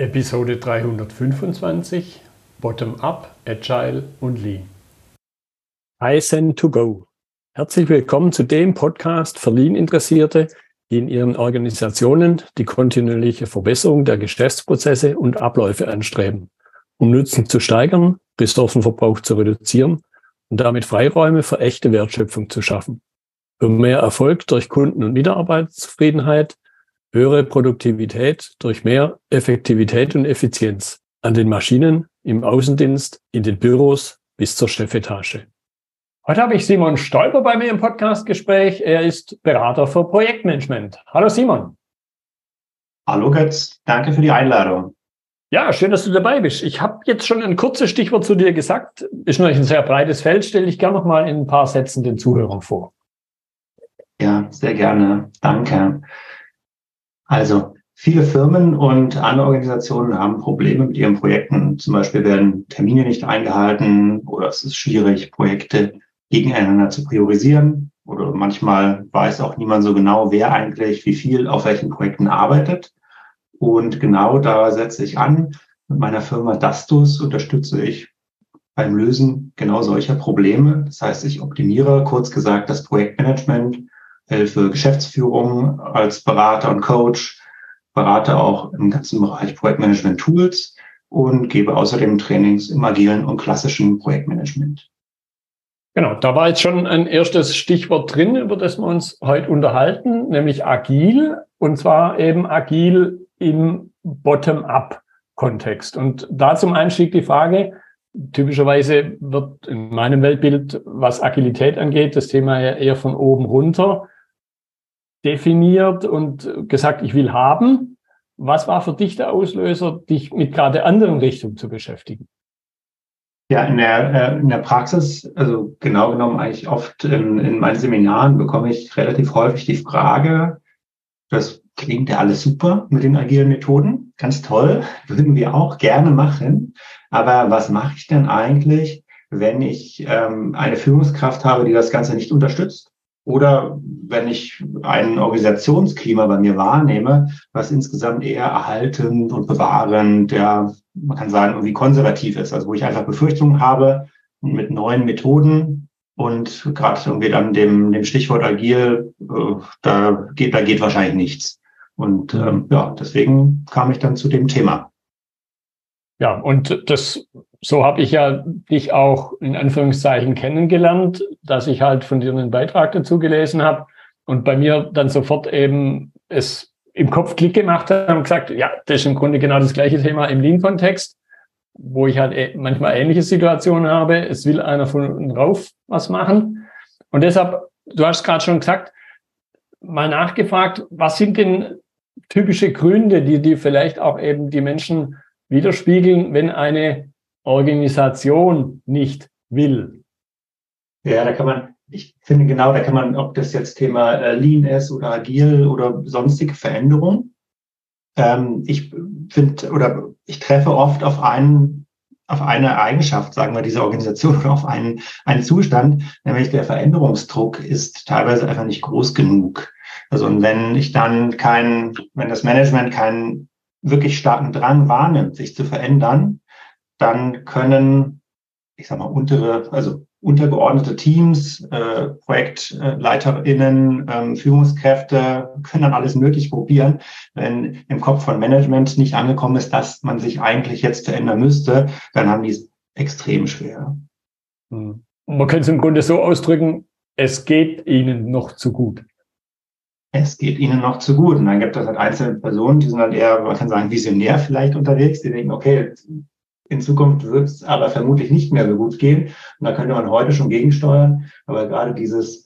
Episode 325, Bottom-up, Agile und Lean. Kaizen2Go. Herzlich willkommen zu dem Podcast für Lean-Interessierte, die in ihren Organisationen die kontinuierliche Verbesserung der Geschäftsprozesse und Abläufe anstreben, um Nutzen zu steigern, Ressourcenverbrauch zu reduzieren und damit Freiräume für echte Wertschöpfung zu schaffen. Für mehr Erfolg durch Kunden- und Mitarbeiterzufriedenheit, höhere Produktivität durch mehr Effektivität und Effizienz an den Maschinen, im Außendienst, in den Büros bis zur Chefetage. Heute habe ich Simon Stolper bei mir im Podcastgespräch. Er ist Berater für Projektmanagement. Hallo Simon. Hallo Götz, danke für die Einladung. Ja, schön, dass du dabei bist. Ich habe jetzt schon ein kurzes Stichwort zu dir gesagt. Ist natürlich ein sehr breites Feld. Stell dich gerne noch mal in ein paar Sätzen den Zuhörern vor. Ja, sehr gerne. Danke. Also, viele Firmen und andere Organisationen haben Probleme mit ihren Projekten. Zum Beispiel werden Termine nicht eingehalten oder es ist schwierig, Projekte gegeneinander zu priorisieren. Oder manchmal weiß auch niemand so genau, wer eigentlich wie viel auf welchen Projekten arbeitet. Und genau da setze ich an. Mit meiner Firma Dastus unterstütze ich beim Lösen genau solcher Probleme. Das heißt, ich optimiere, kurz gesagt, das Projektmanagement, helfe Geschäftsführung als Berater und Coach, berate auch im ganzen Bereich Projektmanagement-Tools und gebe außerdem Trainings im agilen und klassischen Projektmanagement. Genau, da war jetzt schon ein erstes Stichwort drin, über das wir uns heute unterhalten, nämlich agil, und zwar eben agil im Bottom-up-Kontext. Und da zum Einstieg die Frage, typischerweise wird in meinem Weltbild, was Agilität angeht, das Thema ja eher von oben runter definiert und gesagt, ich will haben. Was war für dich der Auslöser, dich mit gerade anderen Richtungen zu beschäftigen? Ja, in der Praxis, also genau genommen eigentlich oft in meinen Seminaren bekomme ich relativ häufig die Frage, das klingt ja alles super mit den agilen Methoden, ganz toll, würden wir auch gerne machen, aber was mache ich denn eigentlich, wenn ich eine Führungskraft habe, die das Ganze nicht unterstützt? Oder wenn ich ein Organisationsklima bei mir wahrnehme, was insgesamt eher erhaltend und bewahrend, ja, man kann sagen, irgendwie konservativ ist, also wo ich einfach Befürchtungen habe mit neuen Methoden und gerade irgendwie dann dem Stichwort agil, da geht wahrscheinlich nichts. Und ja, deswegen kam ich dann zu dem Thema. Ja, und so habe ich ja dich auch in Anführungszeichen kennengelernt, dass ich halt von dir einen Beitrag dazu gelesen habe und bei mir dann sofort eben es im Kopf Klick gemacht habe und gesagt, ja, das ist im Grunde genau das gleiche Thema im Lean-Kontext, wo ich halt manchmal ähnliche Situationen habe. Es will einer von unten rauf was machen. Und deshalb, du hast gerade schon gesagt, mal nachgefragt, was sind denn typische Gründe, die vielleicht auch eben die Menschen widerspiegeln, wenn eine Organisation nicht will? Ja, ich finde genau, da kann man, ob das jetzt Thema Lean ist oder agil oder sonstige Veränderung. Ich finde oder ich treffe oft auf eine Eigenschaft, sagen wir, dieser Organisation oder auf einen Zustand, nämlich der Veränderungsdruck ist teilweise einfach nicht groß genug. Also und wenn das Management keinen wirklich starken Drang wahrnimmt, sich zu verändern, dann können, ich sag mal, untergeordnete Teams, ProjektleiterInnen, Führungskräfte können dann alles möglich probieren. Wenn im Kopf von Management nicht angekommen ist, dass man sich eigentlich jetzt verändern müsste, dann haben die es extrem schwer. Man könnte es im Grunde so ausdrücken, es geht ihnen noch zu gut. Es geht ihnen noch zu gut. Und dann gibt es halt einzelne Personen, die sind halt eher, man kann sagen, visionär vielleicht unterwegs, die denken, okay, in Zukunft wird es aber vermutlich nicht mehr so gut gehen. Und da könnte man heute schon gegensteuern. Aber gerade dieses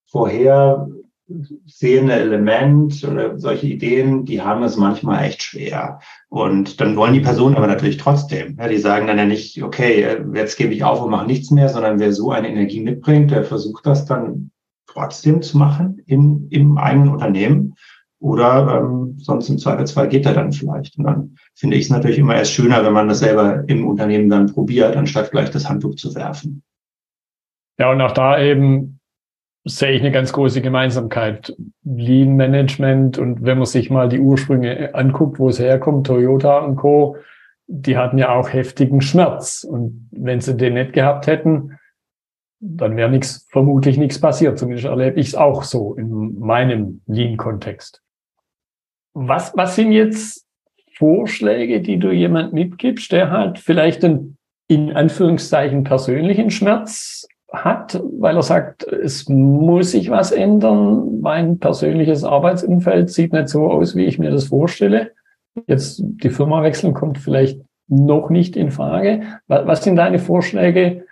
vorhersehende Element oder solche Ideen, die haben es manchmal echt schwer. Und dann wollen die Personen aber natürlich trotzdem. Ja, die sagen dann ja nicht, okay, jetzt gebe ich auf und mache nichts mehr, sondern wer so eine Energie mitbringt, der versucht das dann trotzdem zu machen im eigenen Unternehmen. Oder sonst im Zweifelsfall geht er dann vielleicht. Und dann finde ich es natürlich immer erst schöner, wenn man das selber im Unternehmen dann probiert, anstatt gleich das Handtuch zu werfen. Ja, und auch da eben sehe ich eine ganz große Gemeinsamkeit. Lean Management, und wenn man sich mal die Ursprünge anguckt, wo es herkommt, Toyota und Co., die hatten ja auch heftigen Schmerz. Und wenn sie den nicht gehabt hätten, dann wäre vermutlich nichts passiert. Zumindest erlebe ich es auch so in meinem Lean-Kontext. Was sind jetzt Vorschläge, die du jemand mitgibst, der halt vielleicht einen, in Anführungszeichen, persönlichen Schmerz hat, weil er sagt, es muss sich was ändern, mein persönliches Arbeitsumfeld sieht nicht so aus, wie ich mir das vorstelle. Jetzt die Firma wechseln kommt vielleicht noch nicht in Frage. Was sind deine Vorschläge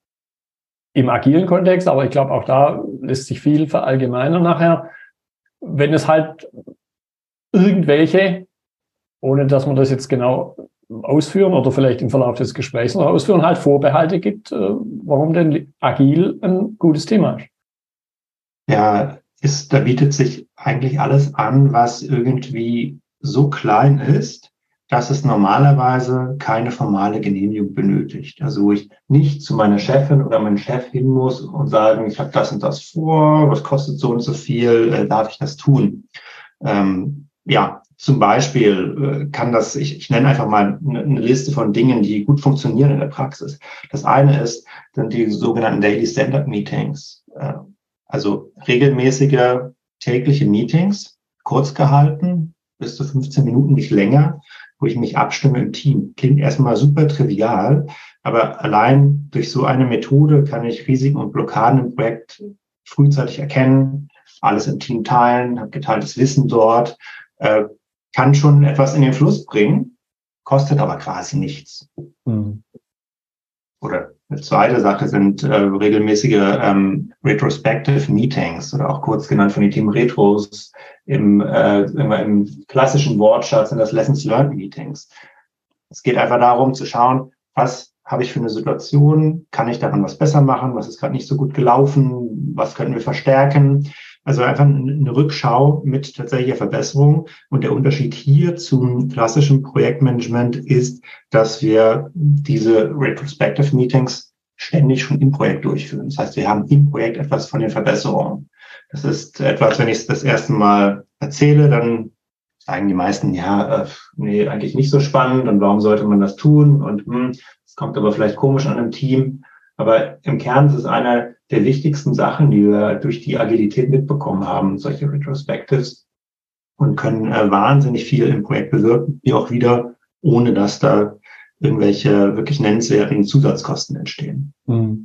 im agilen Kontext? Aber ich glaube, auch da lässt sich viel verallgemeinern nachher. Wenn es halt irgendwelche, ohne dass man das jetzt genau ausführen oder vielleicht im Verlauf des Gesprächs noch ausführen, halt Vorbehalte gibt, warum denn agil ein gutes Thema ist. Ja, da bietet sich eigentlich alles an, was irgendwie so klein ist, dass es normalerweise keine formale Genehmigung benötigt. Also wo ich nicht zu meiner Chefin oder meinem Chef hin muss und sagen, ich habe das und das vor, was kostet so und so viel, darf ich das tun? Ja, zum Beispiel kann das, ich nenne einfach mal eine Liste von Dingen, die gut funktionieren in der Praxis. Das eine sind die sogenannten Daily Stand-up Meetings. Also regelmäßige tägliche Meetings, kurz gehalten, bis zu 15 Minuten, nicht länger, wo ich mich abstimme im Team. Klingt erstmal super trivial, aber allein durch so eine Methode kann ich Risiken und Blockaden im Projekt frühzeitig erkennen, alles im Team teilen, habe geteiltes Wissen dort, kann schon etwas in den Fluss bringen, kostet aber quasi nichts. Mhm. Oder eine zweite Sache sind regelmäßige Retrospective Meetings oder auch kurz genannt von den Team Retros. Im klassischen Wortschatz sind das Lessons Learned Meetings. Es geht einfach darum zu schauen, was habe ich für eine Situation, kann ich daran was besser machen, was ist gerade nicht so gut gelaufen, was können wir verstärken. Also einfach eine Rückschau mit tatsächlicher Verbesserung. Und der Unterschied hier zum klassischen Projektmanagement ist, dass wir diese Retrospective Meetings ständig schon im Projekt durchführen. Das heißt, wir haben im Projekt etwas von den Verbesserungen. Das ist etwas, wenn ich es das erste Mal erzähle, dann sagen die meisten, ja, nee, eigentlich nicht so spannend und warum sollte man das tun? Und es kommt aber vielleicht komisch an einem Team. Aber im Kern ist es eine der wichtigsten Sachen, die wir durch die Agilität mitbekommen haben, solche Retrospectives, und können wahnsinnig viel im Projekt bewirken, wie auch wieder, ohne dass da irgendwelche wirklich nennenswerten Zusatzkosten entstehen. Mhm.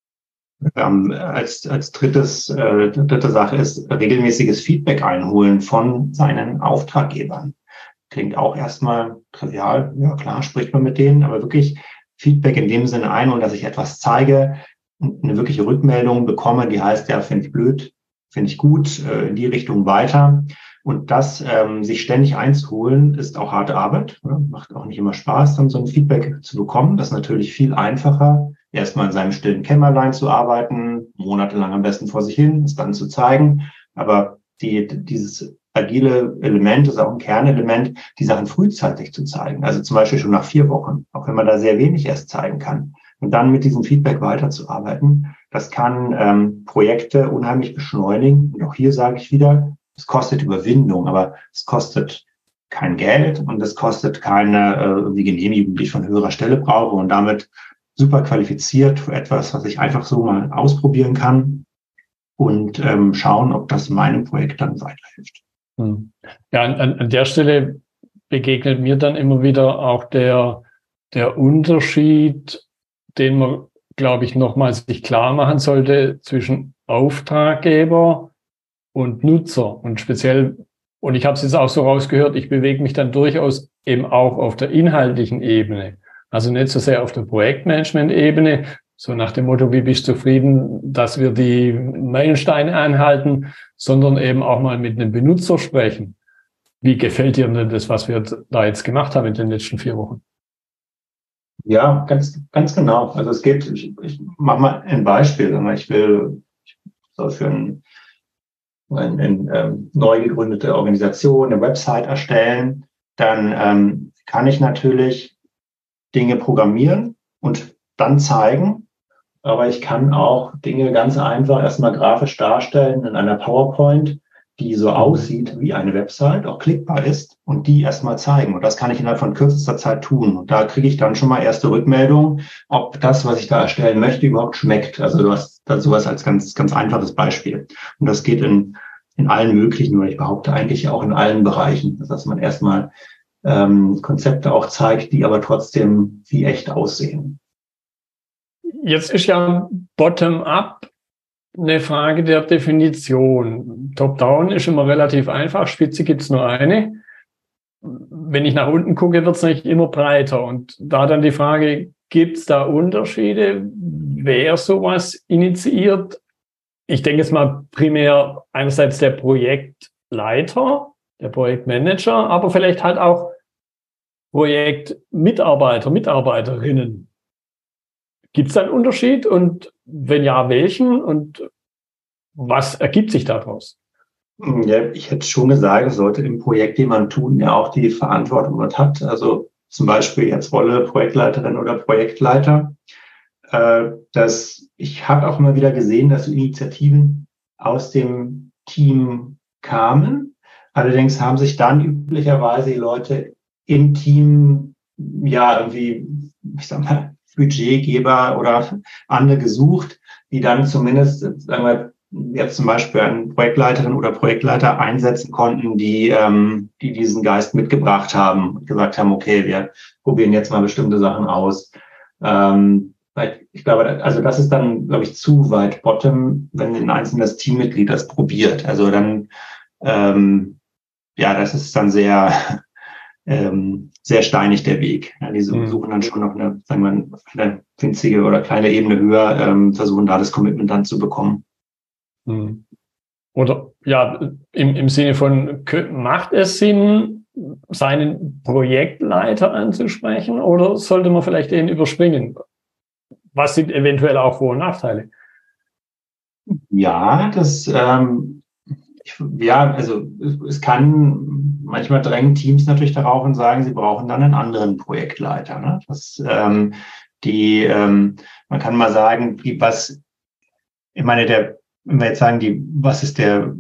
Als dritte Sache ist regelmäßiges Feedback einholen von seinen Auftraggebern. Klingt auch erstmal trivial, ja klar, spricht man mit denen, aber wirklich Feedback in dem Sinne einholen, dass ich etwas zeige und eine wirkliche Rückmeldung bekomme, die heißt, ja, finde ich blöd, finde ich gut, in die Richtung weiter. Und das sich ständig einzuholen, ist auch harte Arbeit. Macht auch nicht immer Spaß, dann so ein Feedback zu bekommen. Das ist natürlich viel einfacher, erstmal in seinem stillen Kämmerlein zu arbeiten, monatelang am besten vor sich hin, es dann zu zeigen. Aber dieses agile Element ist auch ein Kernelement, die Sachen frühzeitig zu zeigen. Also zum Beispiel schon nach 4 Wochen, auch wenn man da sehr wenig erst zeigen kann. Und dann mit diesem Feedback weiterzuarbeiten, das kann Projekte unheimlich beschleunigen. Und auch hier sage ich wieder, es kostet Überwindung, aber es kostet kein Geld und es kostet keine irgendwie Genehmigung, die ich von höherer Stelle brauche, und damit super qualifiziert für etwas, was ich einfach so mal ausprobieren kann und schauen, ob das meinem Projekt dann weiterhilft. Ja, an der Stelle begegnet mir dann immer wieder auch der Unterschied, den man, glaube ich, nochmal sich klar machen sollte zwischen Auftraggeber und Nutzer. Und speziell, und ich habe es jetzt auch so rausgehört, ich bewege mich dann durchaus eben auch auf der inhaltlichen Ebene. Also nicht so sehr auf der Projektmanagement-Ebene, so nach dem Motto, wie bist du zufrieden, dass wir die Meilensteine einhalten, sondern eben auch mal mit einem Benutzer sprechen. Wie gefällt dir denn das, was wir da jetzt gemacht haben in den letzten 4 Wochen? Ja, ganz genau. Also es geht, ich mache mal ein Beispiel. Ich soll für eine neu gegründete Organisation eine Website erstellen. Dann kann ich natürlich Dinge programmieren und dann zeigen, aber ich kann auch Dinge ganz einfach erstmal grafisch darstellen in einer PowerPoint, die so aussieht wie eine Website, auch klickbar ist und die erstmal zeigen. Und das kann ich innerhalb von kürzester Zeit tun. Und da kriege ich dann schon mal erste Rückmeldungen, ob das, was ich da erstellen möchte, überhaupt schmeckt. Also du hast da sowas als ganz, ganz einfaches Beispiel. Und das geht in allen möglichen, oder ich behaupte eigentlich auch in allen Bereichen, dass man erstmal Konzepte auch zeigt, die aber trotzdem wie echt aussehen. Jetzt ist ja Bottom-up eine Frage der Definition. Top-down ist immer relativ einfach, Spitze gibt's nur eine. Wenn ich nach unten gucke, wird's nicht immer breiter. Und da dann die Frage, gibt's da Unterschiede? Wer sowas initiiert? Ich denke jetzt mal primär einerseits der Projektleiter, der Projektmanager, aber vielleicht halt auch Projektmitarbeiter, Mitarbeiterinnen. Gibt es da einen Unterschied und wenn ja, welchen und was ergibt sich daraus? Ja, ich hätte schon gesagt, es sollte im Projekt jemand tun, der auch die Verantwortung dort hat. Also zum Beispiel jetzt Rolle Projektleiterin oder Projektleiter. Ich habe auch immer wieder gesehen, dass Initiativen aus dem Team kamen. Allerdings haben sich dann üblicherweise die Leute im Team ja irgendwie, ich sag mal, Budgetgeber oder andere gesucht, die dann zumindest, sagen wir, jetzt zum Beispiel eine Projektleiterin oder Projektleiter einsetzen konnten, die diesen Geist mitgebracht haben und gesagt haben, okay, wir probieren jetzt mal bestimmte Sachen aus. Ich glaube, also das ist dann, glaube ich, zu weit bottom, wenn ein einzelnes Teammitglied das probiert. Also dann, das ist dann sehr sehr steinig der Weg. Ja, die suchen dann schon noch eine, sagen wir, eine winzige oder kleine Ebene höher, versuchen da das Commitment dann zu bekommen. Oder ja, im Sinne von, macht es Sinn, seinen Projektleiter anzusprechen oder sollte man vielleicht den überspringen? Was sind eventuell auch Vor- und Nachteile? Ja, also es kann, manchmal drängen Teams natürlich darauf und sagen, sie brauchen dann einen anderen Projektleiter. Ne? Man kann mal sagen, wenn wir jetzt sagen, was ist der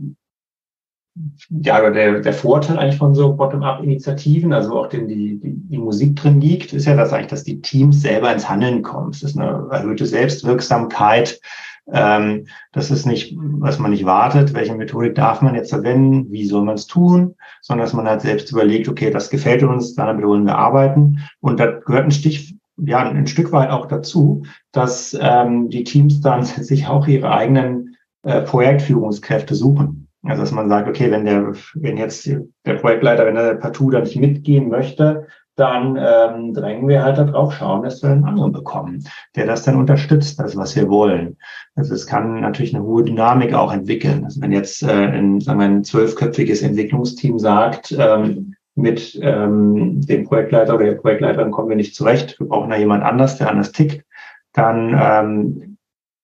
Vorteil eigentlich von so Bottom-up-Initiativen, also auch die Musik drin liegt, ist ja das eigentlich, dass die Teams selber ins Handeln kommen. Es ist eine erhöhte Selbstwirksamkeit. Das ist nicht, was man nicht wartet, welche Methodik darf man jetzt verwenden, wie soll man es tun, sondern dass man halt selbst überlegt, okay, das gefällt uns, damit wollen wir arbeiten. Und da gehört ein Stück weit auch dazu, dass die Teams dann sich auch ihre eigenen Projektführungskräfte suchen. Also dass man sagt, okay, wenn jetzt der Projektleiter, wenn er partout da nicht mitgehen möchte, dann drängen wir halt darauf, schauen, dass wir einen anderen bekommen, der das dann unterstützt, das, was wir wollen. Also es kann natürlich eine hohe Dynamik auch entwickeln. Also wenn jetzt ein 12-köpfiges Entwicklungsteam sagt, mit dem Projektleiter oder der Projektleiterin kommen wir nicht zurecht, wir brauchen da jemand anders, der anders tickt, dann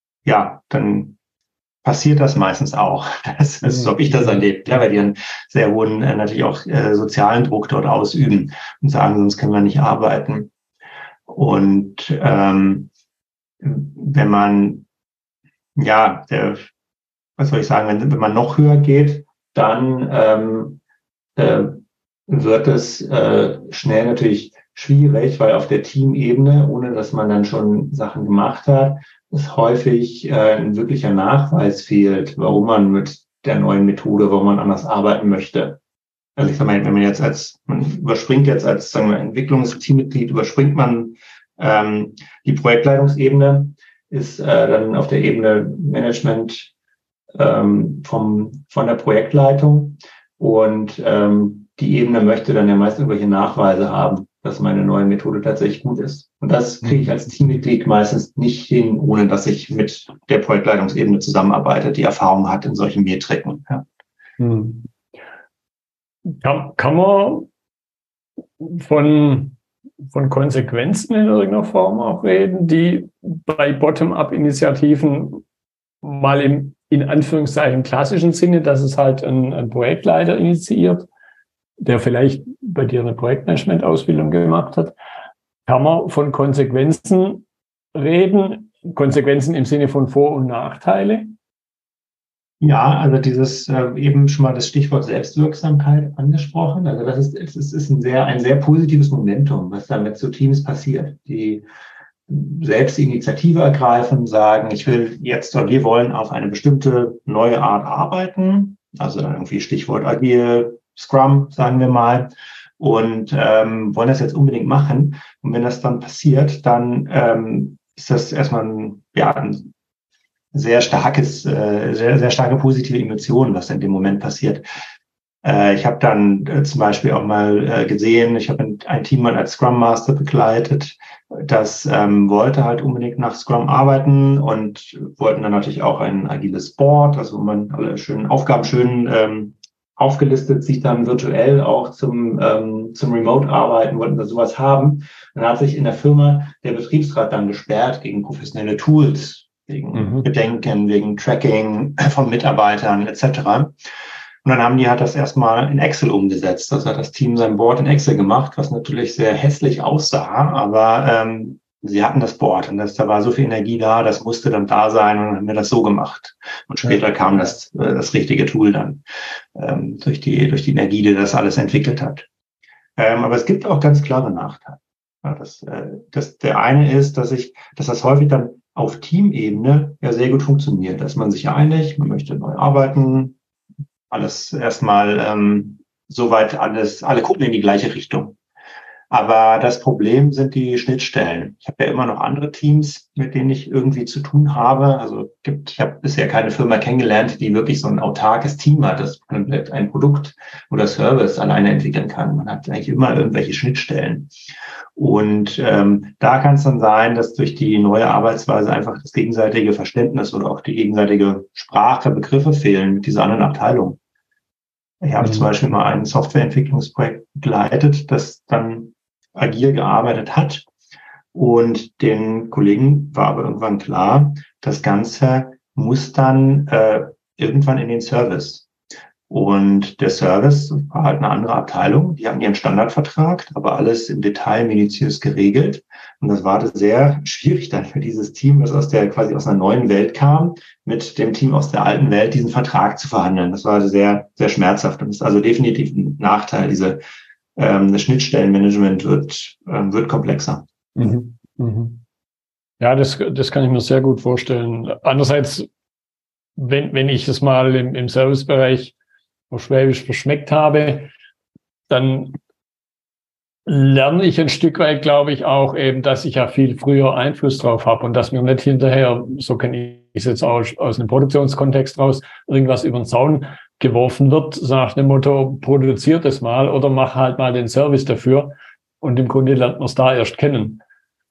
passiert das meistens auch. So habe ich das erlebt, ja, weil die einen sehr hohen, natürlich auch sozialen Druck dort ausüben und sagen, sonst können wir nicht arbeiten. Und wenn man, wenn man noch höher geht, dann wird es schnell natürlich schwierig, weil auf der Teamebene, ohne dass man dann schon Sachen gemacht hat, es häufig ein wirklicher Nachweis fehlt, warum man mit der neuen Methode, warum man anders arbeiten möchte. Also ich sag mal, wenn man jetzt man überspringt jetzt als, sagen wir, Entwicklungsteammitglied, überspringt man die Projektleitungsebene, ist dann auf der Ebene Management von der Projektleitung und die Ebene möchte dann ja meist irgendwelche Nachweise haben, dass meine neue Methode tatsächlich gut ist. Und das kriege ich als Teammitglied meistens nicht hin, ohne dass ich mit der Projektleitungsebene zusammenarbeite, die Erfahrung hat in solchen Metriken. Ja. Kann man von Konsequenzen in irgendeiner Form auch reden, die bei Bottom-up-Initiativen mal im, in Anführungszeichen, klassischen Sinne, dass es halt ein Projektleiter initiiert, der vielleicht bei dir eine Projektmanagement-Ausbildung gemacht hat, kann man von Konsequenzen reden Konsequenzen im Sinne von Vor- und Nachteile? Ja, also dieses eben schon mal das Stichwort Selbstwirksamkeit angesprochen. Also es ist ein sehr positives Momentum, was da mit so Teams passiert, die selbst die Initiative ergreifen, sagen, ich will jetzt oder wir wollen auf eine bestimmte neue Art arbeiten. Also dann irgendwie Stichwort Agile, Scrum, sagen wir mal, und wollen das jetzt unbedingt machen. Und wenn das dann passiert, dann ist das erstmal ein sehr sehr starke positive Emotionen, was in dem Moment passiert. Ich habe dann zum Beispiel auch mal gesehen, ich habe ein Team mal als Scrum Master begleitet, das wollte halt unbedingt nach Scrum arbeiten und wollten dann natürlich auch ein agiles Board, also wo man alle schönen Aufgaben schön aufgelistet, sich dann virtuell auch zum Remote-Arbeiten, wollten da sowas haben. Dann hat sich in der Firma der Betriebsrat dann gesperrt gegen professionelle Tools, wegen Bedenken, wegen Tracking von Mitarbeitern etc. Und dann haben die halt das erstmal in Excel umgesetzt. Also hat das Team sein Board in Excel gemacht, was natürlich sehr hässlich aussah, aber sie hatten das Board und da war so viel Energie da, das musste dann da sein und dann haben wir das so gemacht. Und später kam das richtige Tool dann durch die Energie, die das alles entwickelt hat. Aber es gibt auch ganz klare Nachteile. Ja, der eine ist, dass das häufig dann auf Teamebene ja sehr gut funktioniert. Da ist man sich ja einig, man möchte neu arbeiten, alles erstmal soweit alle gucken in die gleiche Richtung. Aber das Problem sind die Schnittstellen. Ich habe ja immer noch andere Teams, mit denen ich irgendwie zu tun habe. Also ich habe bisher keine Firma kennengelernt, die wirklich so ein autarkes Team hat, das komplett ein Produkt oder Service alleine entwickeln kann. Man hat eigentlich immer irgendwelche Schnittstellen. Und da kann es dann sein, dass durch die neue Arbeitsweise einfach das gegenseitige Verständnis oder auch die gegenseitige Sprache, Begriffe fehlen mit dieser anderen Abteilung. Ich habe zum Beispiel mal ein Softwareentwicklungsprojekt begleitet, das dann agil gearbeitet hat. Und den Kollegen war aber irgendwann klar, das Ganze muss dann irgendwann in den Service. Und der Service war halt eine andere Abteilung. Die hatten ihren Standardvertrag, aber alles im Detail minutiös geregelt. Und das war sehr schwierig dann für dieses Team, das quasi aus einer neuen Welt kam, mit dem Team aus der alten Welt diesen Vertrag zu verhandeln. Das war sehr, sehr schmerzhaft und ist also definitiv ein Nachteil. Das Schnittstellenmanagement wird komplexer. Mhm. Mhm. Ja, das kann ich mir sehr gut vorstellen. Andererseits, wenn ich es mal im Servicebereich auf Schwäbisch verschmeckt habe, dann lerne ich ein Stück weit, glaube ich, auch eben, dass ich ja viel früher Einfluss drauf habe und dass mir nicht hinterher, so kenne ich es jetzt auch aus einem Produktionskontext raus, irgendwas über den Zaun geworfen wird, so nach dem Motto, produziert es mal oder mach halt mal den Service dafür. Und im Grunde lernt man es da erst kennen.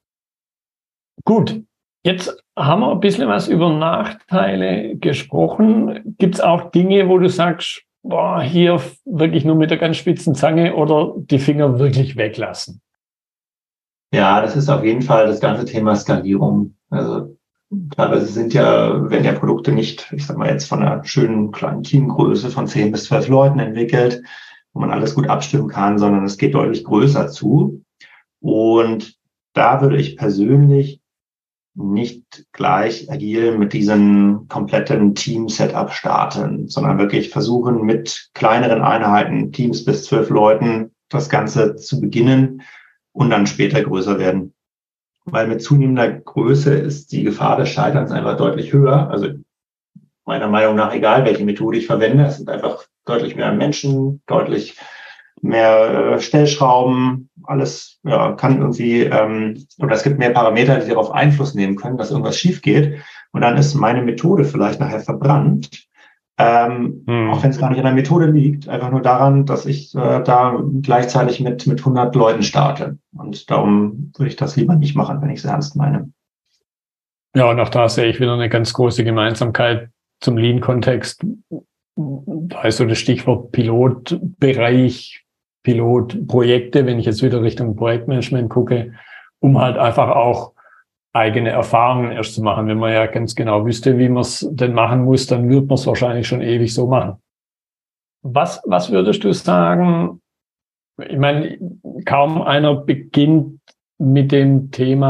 Gut, jetzt haben wir ein bisschen was über Nachteile gesprochen. Gibt es auch Dinge, wo du sagst, boah, hier wirklich nur mit der ganz spitzen Zange oder die Finger wirklich weglassen? Ja, das ist auf jeden Fall das ganze Thema Skalierung. Also teilweise werden ja Produkte nicht, ich sag mal jetzt von einer schönen kleinen Teamgröße von 10 bis 12 Leuten entwickelt, wo man alles gut abstimmen kann, sondern es geht deutlich größer zu. Und da würde ich persönlich nicht gleich agil mit diesem kompletten Team-Setup starten, sondern wirklich versuchen, mit kleineren Einheiten, Teams bis 12 Leuten, das Ganze zu beginnen und dann später größer werden. Weil mit zunehmender Größe ist die Gefahr des Scheiterns einfach deutlich höher. Also meiner Meinung nach, egal welche Methode ich verwende, es sind einfach deutlich mehr Menschen, deutlich mehr Stellschrauben, alles kann irgendwie, oder es gibt mehr Parameter, die darauf Einfluss nehmen können, dass irgendwas schief geht. Und dann ist meine Methode vielleicht nachher verbrannt, auch wenn es gar nicht an der Methode liegt, einfach nur daran, dass ich da gleichzeitig mit 100 Leuten starte. Und darum würde ich das lieber nicht machen, wenn ich es ernst meine. Ja, und auch da sehe ich wieder eine ganz große Gemeinsamkeit zum Lean-Kontext. Da ist so das Stichwort Pilotbereich, Pilotprojekte, wenn ich jetzt wieder Richtung Projektmanagement gucke, um halt einfach auch eigene Erfahrungen erst zu machen. Wenn man ja ganz genau wüsste, wie man es denn machen muss, dann würde man es wahrscheinlich schon ewig so machen. Was würdest du sagen? Ich meine, kaum einer beginnt mit dem Thema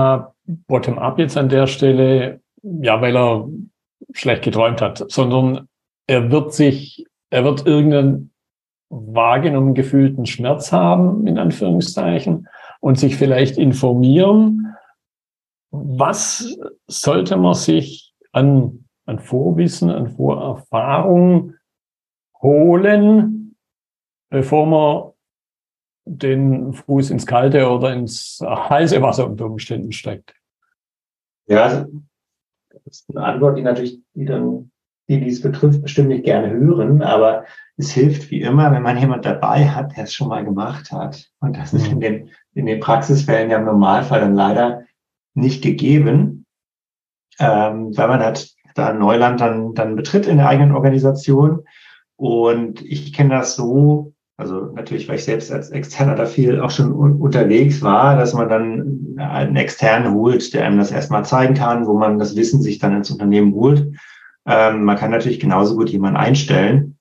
bottom-up jetzt an der Stelle, ja, weil er schlecht geträumt hat, sondern er wird irgendeinen wahrgenommen gefühlten Schmerz haben, in Anführungszeichen, und sich vielleicht informieren, was sollte man sich an Vorwissen, an Vorerfahrung holen, bevor man den Fuß ins kalte oder ins heiße Wasser unter Umständen steckt. Ja, also, das ist eine Antwort, die es betrifft, bestimmt nicht gerne hören, aber es hilft wie immer, wenn man jemand dabei hat, der es schon mal gemacht hat. Und das ist in den Praxisfällen ja im Normalfall dann leider nicht gegeben, weil man halt da Neuland dann betritt in der eigenen Organisation. Und ich kenne das so, also natürlich, weil ich selbst als Externer da viel auch schon unterwegs war, dass man dann einen Externen holt, der einem das erstmal zeigen kann, wo man das Wissen sich dann ins Unternehmen holt. Man kann natürlich genauso gut jemanden einstellen.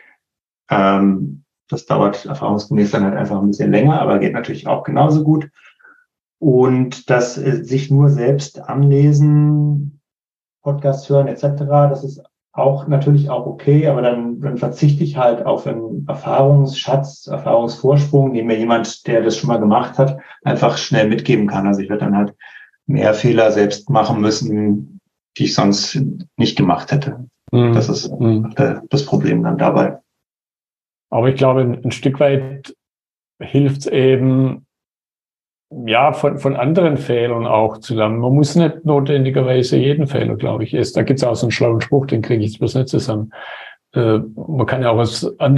Das dauert erfahrungsgemäß dann halt einfach ein bisschen länger, aber geht natürlich auch genauso gut. Und das sich nur selbst anlesen, Podcast hören etc., das ist auch natürlich auch okay, aber dann verzichte ich halt auf einen Erfahrungsschatz, Erfahrungsvorsprung, den mir jemand, der das schon mal gemacht hat, einfach schnell mitgeben kann. Also ich werde dann halt mehr Fehler selbst machen müssen, die ich sonst nicht gemacht hätte. Das ist das Problem dann dabei. Aber ich glaube, ein Stück weit hilft es eben, ja, von anderen Fehlern auch zu lernen. Man muss nicht notwendigerweise jeden Fehler, glaube ich, ist. Da gibt es auch so einen schlauen Spruch, den kriege ich jetzt bloß nicht zusammen. Man kann ja auch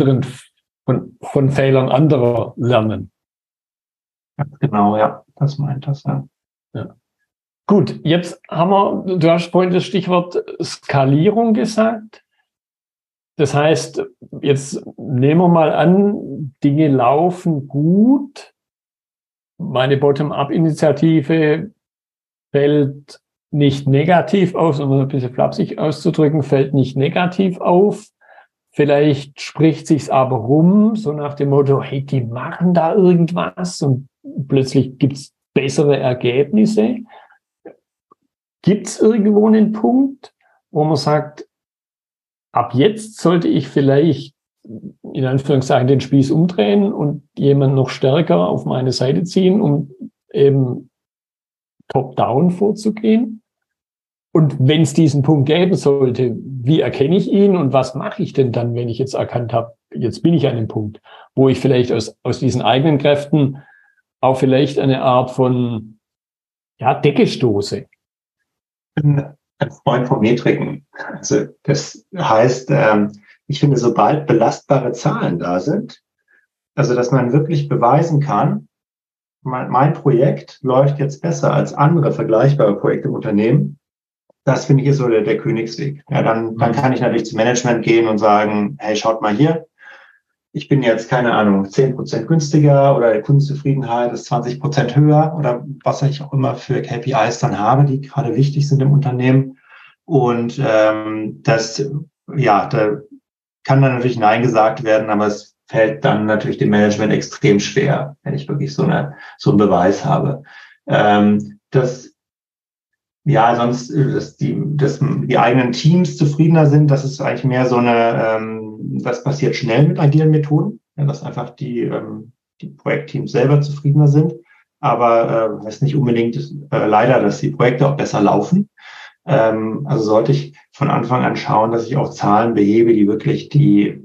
von Fehlern anderer lernen. Genau, ja, das meint das, ja. Ja. Gut, jetzt du hast vorhin das Stichwort Skalierung gesagt. Das heißt, jetzt nehmen wir mal an, Dinge laufen gut. Meine Bottom-up-Initiative fällt nicht negativ auf, um ein bisschen flapsig auszudrücken, fällt nicht negativ auf. Vielleicht spricht sich's aber rum, so nach dem Motto, hey, die machen da irgendwas und plötzlich gibt's bessere Ergebnisse. Gibt's irgendwo einen Punkt, wo man sagt, ab jetzt sollte ich vielleicht in Anführungszeichen den Spieß umdrehen und jemanden noch stärker auf meine Seite ziehen, um eben top-down vorzugehen? Und wenn es diesen Punkt geben sollte, wie erkenne ich ihn und was mache ich denn dann, wenn ich jetzt erkannt habe, jetzt bin ich an dem Punkt, wo ich vielleicht aus diesen eigenen Kräften auch vielleicht eine Art von Decke stoße? Ich bin ein Freund von Metriken. Also das heißt, ich finde, sobald belastbare Zahlen da sind, also dass man wirklich beweisen kann, mein Projekt läuft jetzt besser als andere vergleichbare Projekte im Unternehmen, das finde ich ist so der Königsweg. Ja, dann kann ich natürlich zum Management gehen und sagen, hey, schaut mal hier, ich bin jetzt, keine Ahnung, 10% günstiger oder die Kundenzufriedenheit ist 20% höher oder was ich auch immer für KPIs dann habe, die gerade wichtig sind im Unternehmen. Und da kann dann natürlich Nein gesagt werden, aber es fällt dann natürlich dem Management extrem schwer, wenn ich wirklich so einen Beweis habe. Sonst die eigenen Teams zufriedener sind, das ist eigentlich mehr so das passiert schnell mit agilen Methoden, dass einfach die Projektteams selber zufriedener sind. Aber heißt nicht unbedingt leider, dass die Projekte auch besser laufen. Also sollte ich von Anfang an schauen, dass ich auch Zahlen behebe, die wirklich die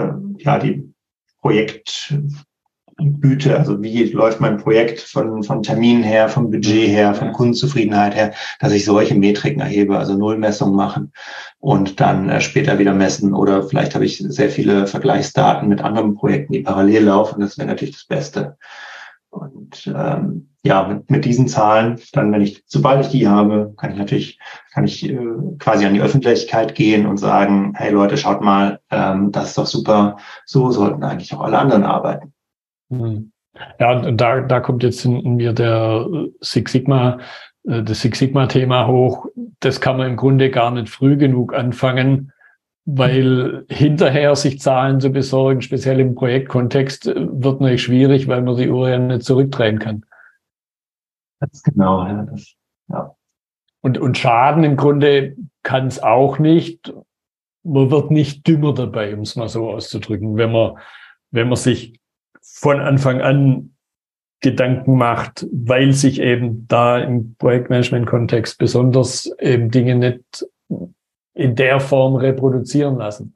Projektgüte, also wie läuft mein Projekt von Terminen her, vom Budget her, von Kundenzufriedenheit her, dass ich solche Metriken erhebe, also Nullmessungen machen und dann später wieder messen. Oder vielleicht habe ich sehr viele Vergleichsdaten mit anderen Projekten, die parallel laufen. Das wäre natürlich das Beste. Und mit diesen Zahlen, dann sobald ich die habe, kann ich quasi an die Öffentlichkeit gehen und sagen, hey Leute, schaut mal, das ist doch super, so sollten eigentlich auch alle anderen arbeiten. Ja, und da kommt jetzt in mir das Six Sigma-Thema hoch. Das kann man im Grunde gar nicht früh genug anfangen, weil hinterher sich Zahlen zu besorgen, speziell im Projektkontext, wird natürlich schwierig, weil man die Uhr ja nicht zurückdrehen kann. Ganz genau, ja. Ja. Und Schaden im Grunde kann es auch nicht. Man wird nicht dümmer dabei, um es mal so auszudrücken, wenn man sich von Anfang an Gedanken macht, weil sich eben da im Projektmanagement-Kontext besonders eben Dinge nicht in der Form reproduzieren lassen.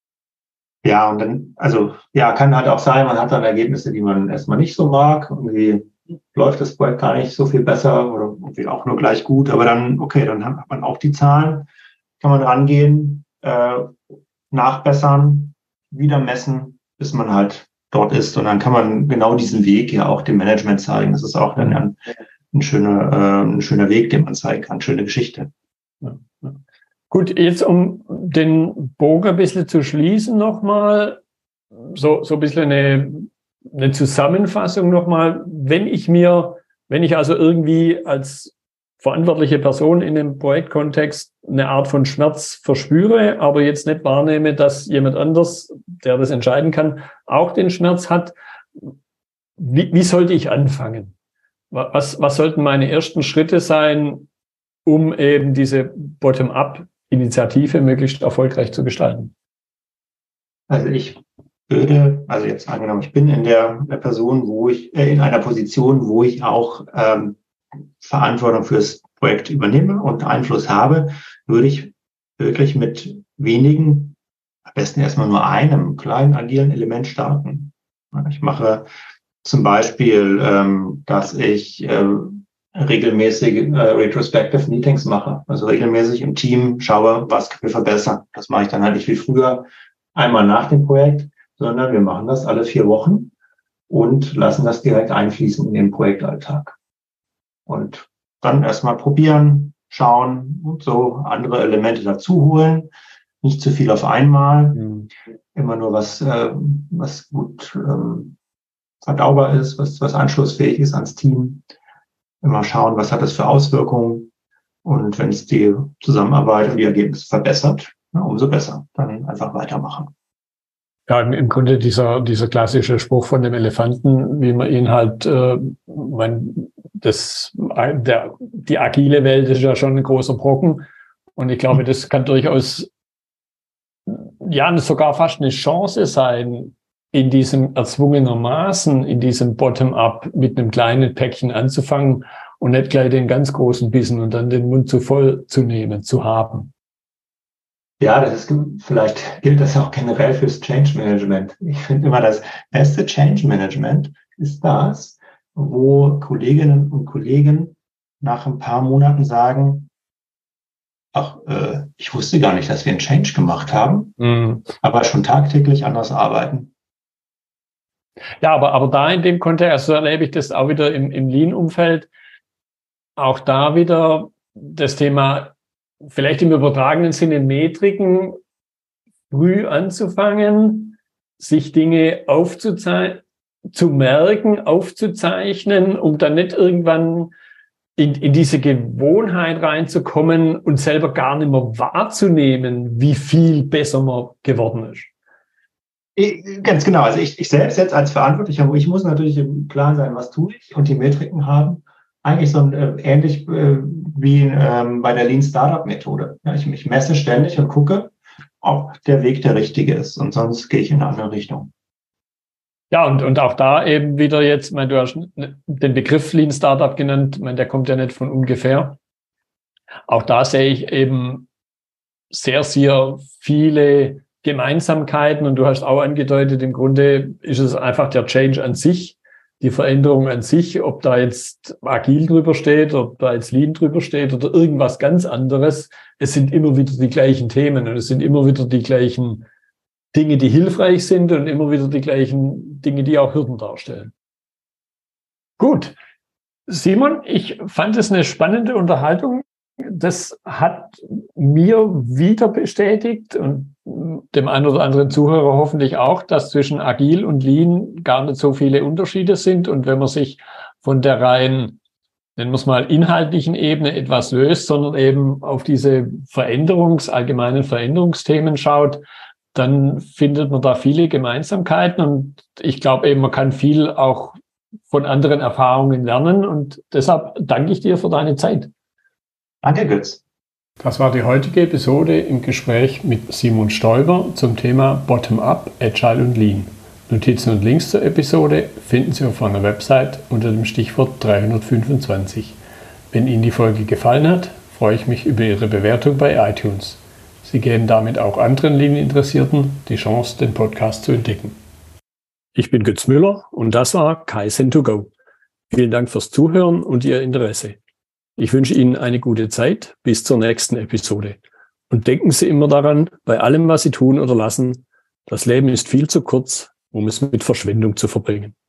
Ja, und dann, also, ja, kann halt auch sein, man hat dann Ergebnisse, die man erstmal nicht so mag. Irgendwie läuft das Projekt gar nicht so viel besser oder irgendwie auch nur gleich gut. Aber dann, okay, dann hat man auch die Zahlen, kann man rangehen, nachbessern, wieder messen, bis man halt dort ist. Und dann kann man genau diesen Weg ja auch dem Management zeigen. Das ist auch dann ein schöner Weg, den man zeigen kann, schöne Geschichte. Ja, ja. Gut, jetzt um den Bogen ein bisschen zu schließen nochmal, so ein bisschen eine Zusammenfassung nochmal. Wenn ich also irgendwie als verantwortliche Person in einem Projektkontext eine Art von Schmerz verspüre, aber jetzt nicht wahrnehme, dass jemand anders, der das entscheiden kann, auch den Schmerz hat, wie sollte ich anfangen? Was sollten meine ersten Schritte sein, um eben diese Bottom-up-Initiative möglichst erfolgreich zu gestalten? Also also jetzt angenommen, ich bin in der Person, in einer Position, wo ich auch Verantwortung fürs Projekt übernehme und Einfluss habe, würde ich wirklich mit wenigen, am besten erstmal nur einem kleinen agilen Element starten. Ich mache zum Beispiel, dass ich regelmäßig Retrospective Meetings mache, also regelmäßig im Team schaue, was können wir verbessern. Das mache ich dann halt nicht wie früher einmal nach dem Projekt, sondern wir machen das alle 4 Wochen und lassen das direkt einfließen in den Projektalltag. Und dann erstmal probieren, schauen und so andere Elemente dazu holen. Nicht zu viel auf einmal. Immer nur was gut verdaubar ist, was anschlussfähig ist ans Team. Immer schauen, was hat das für Auswirkungen. Und wenn es die Zusammenarbeit und die Ergebnisse verbessert, umso besser. Dann einfach weitermachen. Ja, im Grunde dieser klassische Spruch von dem Elefanten, wie man ihn halt, die agile Welt ist ja schon ein großer Brocken. Und ich glaube, das kann durchaus, ja, sogar fast eine Chance sein, in diesem erzwungenermaßen, in diesem Bottom-up mit einem kleinen Päckchen anzufangen und nicht gleich den ganz großen Bissen und dann den Mund zu voll zu haben. Ja, vielleicht gilt das auch generell fürs Change Management. Ich finde immer, das beste Change Management ist das, wo Kolleginnen und Kollegen nach ein paar Monaten sagen, ich wusste gar nicht, dass wir einen Change gemacht haben, aber schon tagtäglich anders arbeiten. Ja, aber da in dem Kontext, also erlebe ich das auch wieder im Lean-Umfeld, auch da wieder das Thema, vielleicht im übertragenen Sinne Metriken, früh anzufangen, sich Dinge zu merken, aufzuzeichnen, um dann nicht irgendwann in diese Gewohnheit reinzukommen und selber gar nicht mehr wahrzunehmen, wie viel besser man geworden ist. Ganz genau. Also ich selbst jetzt als Verantwortlicher, ich muss natürlich im Klaren sein, was tue ich und die Metriken haben. Eigentlich so ähnlich wie bei der Lean Startup Methode. Ja, ich messe ständig und gucke, ob der Weg der richtige ist. Und sonst gehe ich in eine andere Richtung. Ja, und auch da eben wieder jetzt, du hast den Begriff Lean Startup genannt, der kommt ja nicht von ungefähr. Auch da sehe ich eben sehr, sehr viele Gemeinsamkeiten und du hast auch angedeutet, im Grunde ist es einfach der Change an sich, die Veränderung an sich, ob da jetzt agil drüber steht, ob da jetzt Lean drüber steht oder irgendwas ganz anderes. Es sind immer wieder die gleichen Themen und es sind immer wieder die gleichen Dinge, die hilfreich sind und immer wieder die gleichen Dinge, die auch Hürden darstellen. Gut. Simon, ich fand es eine spannende Unterhaltung. Das hat mir wieder bestätigt und dem einen oder anderen Zuhörer hoffentlich auch, dass zwischen Agil und Lean gar nicht so viele Unterschiede sind. Und wenn man sich von der rein, nennen wir es mal, inhaltlichen Ebene etwas löst, sondern eben auf diese allgemeinen Veränderungsthemen schaut, dann findet man da viele Gemeinsamkeiten. Und ich glaube eben, man kann viel auch von anderen Erfahrungen lernen. Und deshalb danke ich dir für deine Zeit. Danke, Götz. Das war die heutige Episode im Gespräch mit Simon Stoiber zum Thema Bottom-up, Agile und Lean. Notizen und Links zur Episode finden Sie auf meiner Website unter dem Stichwort 325. Wenn Ihnen die Folge gefallen hat, freue ich mich über Ihre Bewertung bei iTunes. Sie geben damit auch anderen Lean-Interessierten die Chance, den Podcast zu entdecken. Ich bin Götz Müller und das war Kaizen2Go. Vielen Dank fürs Zuhören und Ihr Interesse. Ich wünsche Ihnen eine gute Zeit bis zur nächsten Episode. Und denken Sie immer daran, bei allem, was Sie tun oder lassen, das Leben ist viel zu kurz, um es mit Verschwendung zu verbringen.